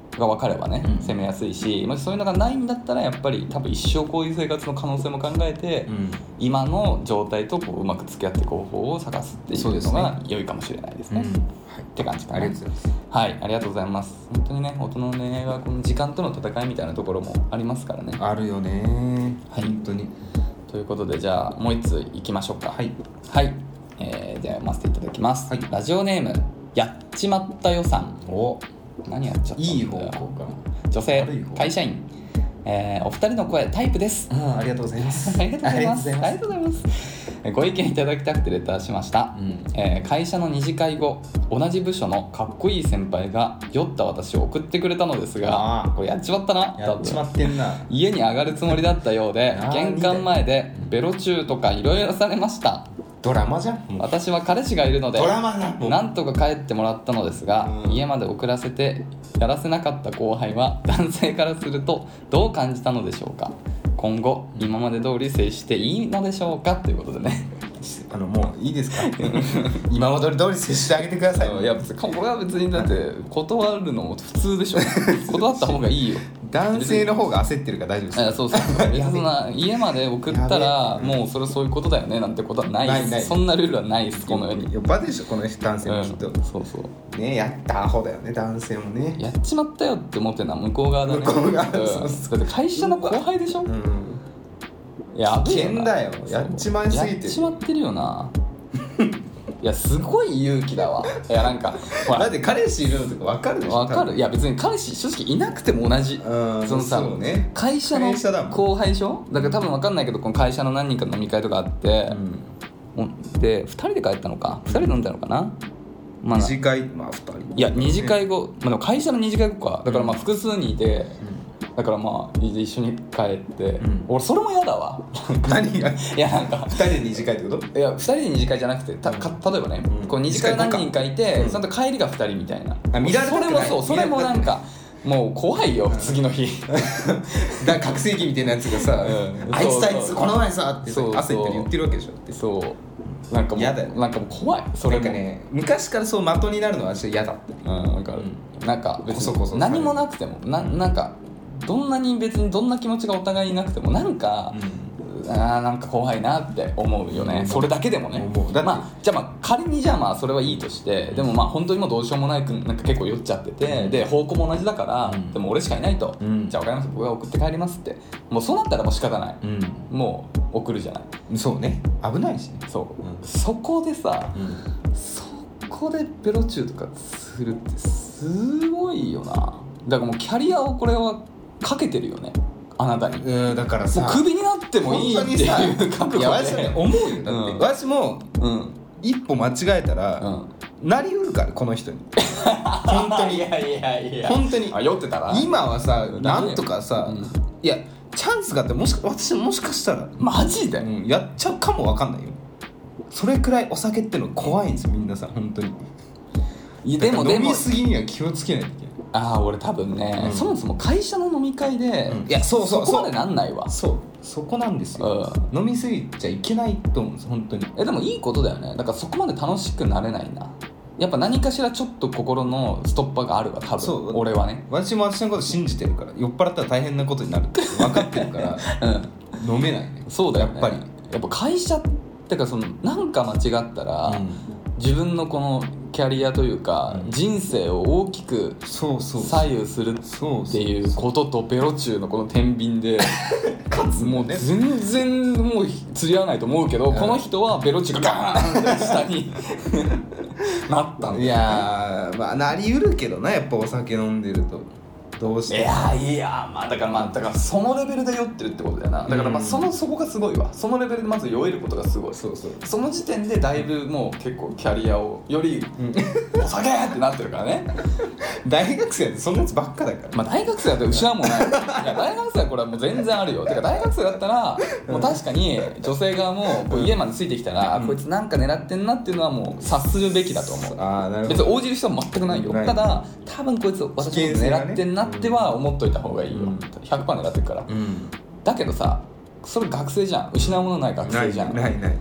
が分かればね、攻めやすいし、もしそういうのがないんだったらやっぱり多分一生こういう生活の可能性も考えて、今の状態とこううまく付き合っていく方法を探すっていうのが良いかもしれないですね。って感じかな。 ありがとうございます。 はい、ありがとうございます。本当にね、大人の恋愛はこの時間との戦いみたいなところもありますからね。 あるよね、 はい、 本当に。 ということで、じゃあもう一ついきましょうか。 はい、 はい、じゃあ読ませていただきます、はい、ラジオネームやっちまったよさん。何やっちゃったんだよ。 いい方向か。 女性、会社員、お二人の声タイプです。 ありがとうございます。 ありがとうございます。ありがとうございます。ご意見いただきたくてレターしました、会社の二次会後、同じ部署のかっこいい先輩が酔った私を送ってくれたのですが、これやっちまったな。 やっちまってんな。 家に上がるつもりだったようで玄関前でベロチューとかいろいろされました。 ドラマじゃん。 私は彼氏がいるのでドラマだ。 なんとか帰ってもらったのですが、家まで送らせてやらせなかった後輩は男性からするとどう感じたのでしょうか。今後今まで通り接していいのでしょうか、ということでね。 もういいですか。今まで通り接してあげてください。 いやこれは別にだって断るのも普通でしょ。断った方がいいよ。 男性の方が焦ってるから大丈夫です。 そうそう別に家まで送ったらもうそれそういうことだよねなんてことはないです。そんなルールはないです、この世に。 やっぱでしょ、この男性もきっと、 そうそうね、やったアホだよね、男性もね。 やっちまったよって思ってるのは向こう側だね。 向こう側、 だって会社の後輩でしょ。やべえな。 危険だよ、やっちまいすぎてる。 やっちまってるよな。いやすごい勇気だわ。いやなんかだって彼氏いるのとか分かるでしょ。 分かる。いや別に彼氏正直いなくても同じ。そのさ、ね、会社の後輩でしょ。だから多分分かんないけど、この会社の何人かの飲み会とかあって、で2人で帰ったのか、2人で飲んだのかな。 二次会、2人いや二次会後、でも会社の二次会後か。だから複数人いて、だから一緒に帰って、俺それも嫌だわ。 何が。 いやなんか 2人で二次会ってこと。 いや2人で二次会じゃなくて、例えばね、こう二次会何人かいて、その後帰りが2人みたいな。 見られたくない。 それもなんかもう怖いよ、次の日。 だから覚醒器みたいなやつがさ、あいつこの前さって朝言って言ってるわけでしょって。 そうなんかもう嫌だよ。 なんかもう怖い。それもなんかね、昔からそう的になるのは私嫌だって。 なんか別に何もなくてもなんかどんなに別にどんな気持ちがお互いになくてもなんか、なんか怖いなって思うよね、それだけでもね。じゃあ仮にそれはいいとして、でも本当にもうどうしようもないくなんか結構酔っちゃってて、で方向も同じだから、でも俺しかいないと、じゃあ分かります、僕が送って帰りますって、もうそうなったらもう仕方ない、もう送るじゃない。 そうね、危ないしね。 そこでさ、そこでベロチューとかするってすごいよな。だからもうキャリアをこれはかけてるよね、あなたに。 だからさ、 もうクビになってもいいっていう覚悟で。いや私は思うよ。だって私も一歩間違えたらなりうるから、この人に。本当に。いや本当に。 酔ってたら今はさ、なんとかさ、いやチャンスがあって私もしかしたらマジでやっちゃうかもわかんないよ。それくらいお酒っての怖いんですよ、みんなさ、本当に。でも飲みすぎには気をつけないといけない。 俺多分ね、そもそも会社の飲み会で、 いやそこまでなんないわ。 そこなんですよ、飲みすぎちゃいけないと思うんです、本当に。 でもいいことだよね。だからそこまで楽しくなれないな。やっぱ何かしらちょっと心のストッパーがあるわ、多分。俺はね、 私も私のこと信じてるから、酔っ払ったら大変なことになるって分かってるから飲めないね。 そうだよね、 やっぱり。 やっぱ会社ってか、なんか間違ったら、自分のこのキャリアというか、人生を大きく左右するっていうことと、ベロチューのこの天秤でもう全然もう釣り合わないと思うけど、この人はベロチューがガーンって下になったんだ。 いやなりうるけどな、やっぱお酒飲んでるとどうして。 いやだからそのレベルで酔ってるってことだよな。だからそこがすごいわ。そのレベルでまず酔えることがすごい。その時点でだいぶもう結構キャリアをよりお酒ってなってるからね。 大学生ってそんなやつばっかだから。 大学生だったら失うもんない。いや大学生はこれはもう全然あるよ。てか大学生だったらもう確かに女性側もこう家までついてきたら、こいつなんか狙ってんなっていうのはもう察するべきだと思う。 なるほど。 別に応じる必要は全くないよ。ただ多分こいつ私のこと狙ってんなっては思っといた方がいいよ。100% 狙ってるから。だけどさ、それ学生じゃん。失うものない学生じゃん。 ない。大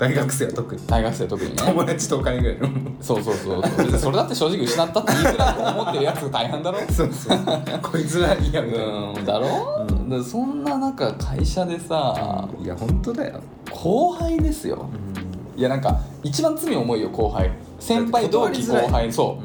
大学生は特にね友達とお金ぐらいのそう別にそれだって正直失ったって言いづらいと思ってるやつが大変だろそうこいつらいいやみたいなだろ、でそんな中会社でさ、 いや本当だよ後輩ですよ、いやなんか一番罪重いよ後輩、先輩同期後輩そう、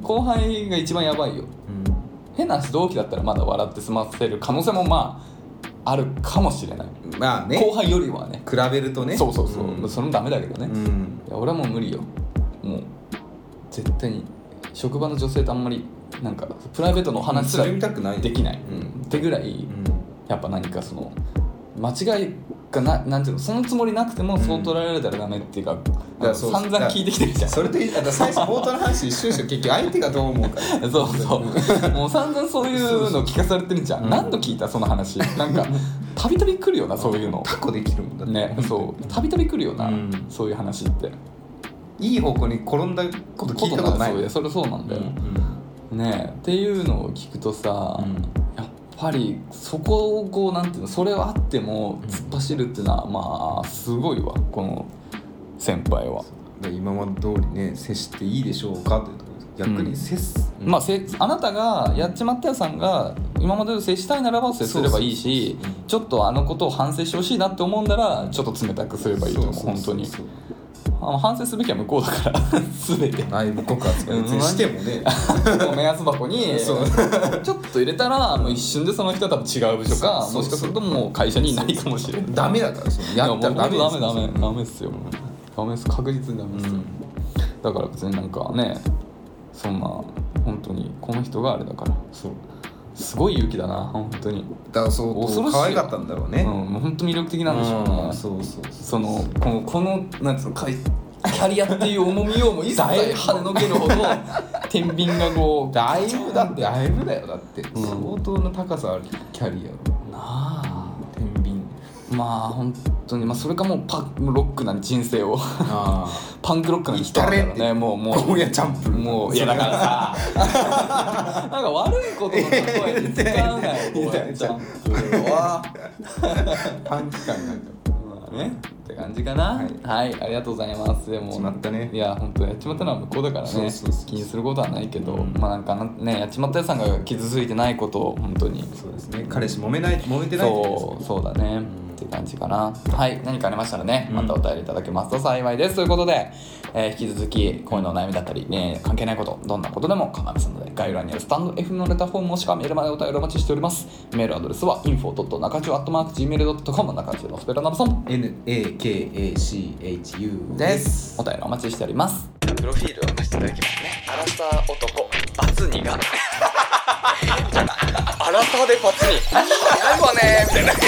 後輩が一番やばいよ、変な話同期だったらまだ笑って済ませる可能性もまああるかもしれない、 まあね後輩よりはね比べるとねそう、それもダメだけどね、いや俺はもう無理よ、もう絶対に職場の女性とあんまりなんかプライベートのお話すらできない、ってぐらい、やっぱ何かその間違いがなんていうのそのつもりなくてもそう捉えられたらダメっていうか、散々聞いてきてるじゃん。 それで最初冒頭の話一緒でしょ結局相手がどう思うかそうもう散々そういうの聞かされてるじゃん、何度聞いたその話なんかたびたび来るよなそういうのタコできるもんだねそうたびたび来るよな、そういう話っていい方向に転んだこと聞いたことない。 それそうなんだよ、ねっていうのを聞くとさ、やっぱりそこをなんていうのそれはあっても突っ走るっていうのはまあすごいわこの先輩は。 今まで通りね接していいでしょうかというところです。逆に接す、 まあ、あなたがやっちまったやさんが今までと接したいならば接すればいいし、ちょっとあのことを反省してほしいなって思うんならちょっと冷たくすればいいと思う。本当に反省すべきは向こうだから全て内部告発別にしてもね目安箱にちょっと入れたらもう一瞬でその人は多分違う部署かもしかするともう会社にいないかもしれない。 ダメだからやったらダメです。 ダメですよ。ダメです、確実にダメですよ、だから別になんかねそんな本当にこの人があれだからすごい勇気だな本当に。 だからそう可愛かったんだろうね。 もう本当魅力的なんでしょうね。そのこのなんつうのキャリアっていう重みをもう一切跳ねのけるほど天秤がこうだいぶだよだって相当な高さあるキャリアなあ天秤。 まあ本当にそれかもうロックな人生をパンクロックな人なんだろうね。もうゴーヤチャンプルもういやだからさなんか悪いことの例えに使うなよゴーヤチャンプルはパンチ感なんかねって感じかな。はい、ありがとうございます。でもやっちまったね。 いや本当やっちまったのは向こうだからね。気にすることはないけど、まあなんかねやっちまったやつさんが傷ついてないことを本当にそうですね。彼氏揉めてないそうだね、って感じかな。はい、何かありましたらねまたお便りいただけますと幸いです。ということで、引き続き恋の悩みだったり、関係ないことどんなことでも構いませんので概要欄にあるスタンド F のレターフォームもしくはメールまでお便りお待ちしております。メールアドレスは info.nakachu@gmail.com 中中のスペラナブソン NAKACHU です。お便りお待ちしております。プロフィールを出していただきますね。アラサー男バツ2がアラサーでバツ2やるわねみたいな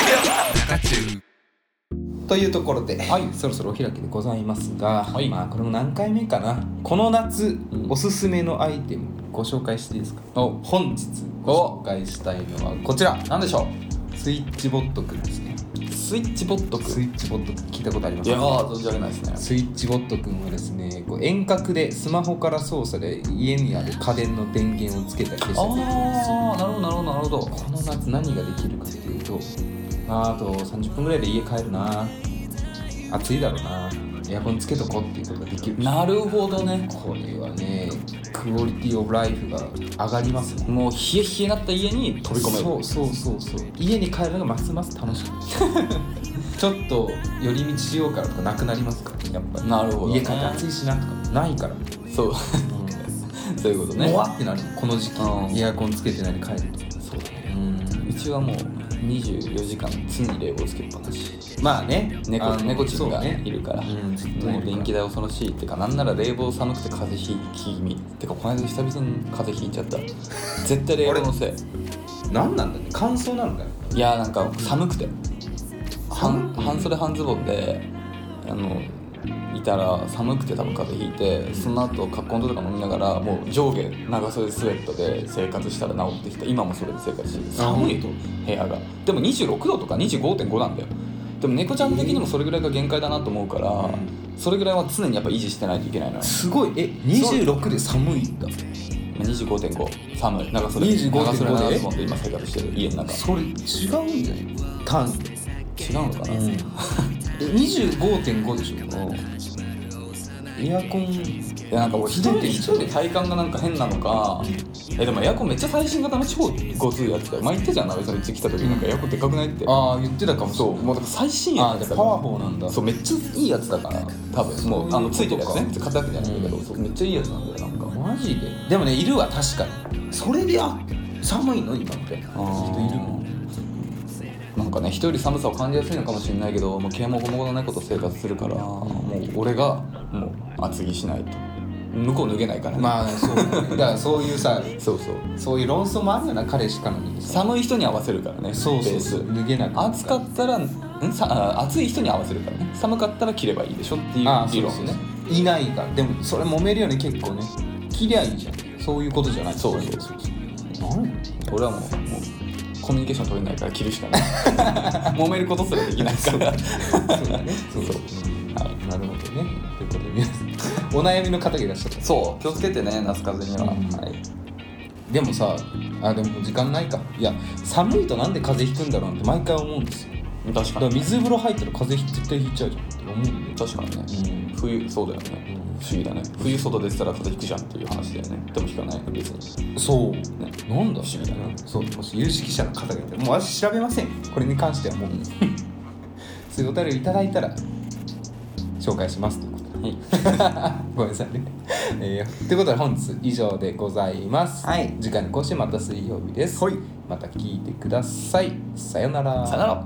というところで、そろそろお開きでございますが、まあこれも何回目かな。この夏、おすすめのアイテムご紹介していいですか。本日ご紹介したいのはこちら。 何でしょう。スイッチボットくんですね。 スイッチボットくん聞いたことありますか。 いや存じ上げないですね。 スイッチボットくんはですね遠隔でスマホから操作で家にある家電の電源をつけたり消したりできるんですよ。 なるほど。 この夏何ができるかっていうと、あと30分ぐらいで家帰るな、暑いだろうな、エアコンつけとこうっていうことができる。 なるほどね。 これはねクオリティオブライフが上がりますね。 もう冷え冷えなった家に飛び込める。 そう家に帰るのがますます楽しいちょっと寄り道しようからとかなくなりますからやっぱり。 なるほど、ね、 家帰って暑いしなとかないから。 そうそういうことね。 もわってなるこの時期、エアコンつけてないで帰ると。 そうだね。うちはもう24時間常に冷房つけっぱなし。 まあね猫ちんがいるから、もう電気代恐ろしいってか、なんなら冷房寒くて風邪ひき気味ってか、この間久々に風邪ひいちゃった。絶対冷房のせい。 なんなんだね、乾燥なんだよ。 いやなんか寒くて半袖半ズボンでいたら寒くて多分風邪ひいて、その後カッコンとか飲みながらもう上下長袖スウェットで生活したら治ってきた。今もそれで生活してる。寒いと部屋がでも26度とか 25.5 なんだよ。でも猫ちゃん的にもそれぐらいが限界だなと思うから、それぐらいは常にやっぱ維持してないといけないのよ。 すごい。26で寒いんだ。 25.5 寒い。長袖 25.5 で長袖で今生活してる家の中。 それ違うんだよ単位。 違うのかな、 25.5 でしょ。エアコン、 いやなんか俺一人で体感がなんか変なのか、でもエアコンめっちゃ最新型の超ごついやつだよ。前言ったじゃん、なべさんうち来た時なんかエアコンでかくないって。 ああ言ってたかもしれない。 そうもうだから最新やつだからパワフォーなんだ。 そうめっちゃいいやつだから多分もうついてるやつね、買ったわけじゃないんだけど、そうめっちゃいいやつなんだよ。なんかマジで。でもねいるわ確かに。それで寒いの今って人いるもん。 なんかね人より寒さを感じやすいのかもしれないけど、もう毛もごもごの猫と生活するから、もう俺がもう厚着しないと向こう脱げないからね。 まあそうだね。だからそういうさそういう論争もあるよな、彼しかのに。 寒い人に合わせるからね。 そう脱げなくなる。 暑かったら暑い人に合わせるからね。寒かったら着ればいいでしょっていう理論ね。 いないから。でもそれ揉めるよね結構ね。着りゃいいじゃん。そういうことじゃない。 そう俺はもうコミュニケーション取れないから着るしかない揉めることすらできないからそうだね。そうはい、なるほどね。ということで皆さんお悩みの方がいらっしゃった。 そう気をつけてね、夏風邪には、はい。 でもさでも時間ないか。いや寒いとなんで風邪ひくんだろうって毎回思うんですよ。 確かに。 だから水風呂入ったら風邪絶対ひいちゃうじゃんって思うんで。 確かにね、冬そうだよね、不思議だね。冬外出てたら風邪ひくじゃんっていう話だよね。でもひかないの別に。 そうね、 なんだ不思議だね。 そう、もし有識者の方がいたらもう私調べません、これに関してはもうそういうお便りいただいたら紹介しますということで、ごめんなさいねということで本日以上でございます、はい、次回の更新また水曜日です、はい、また聞いてください。さよなら。 さよなら。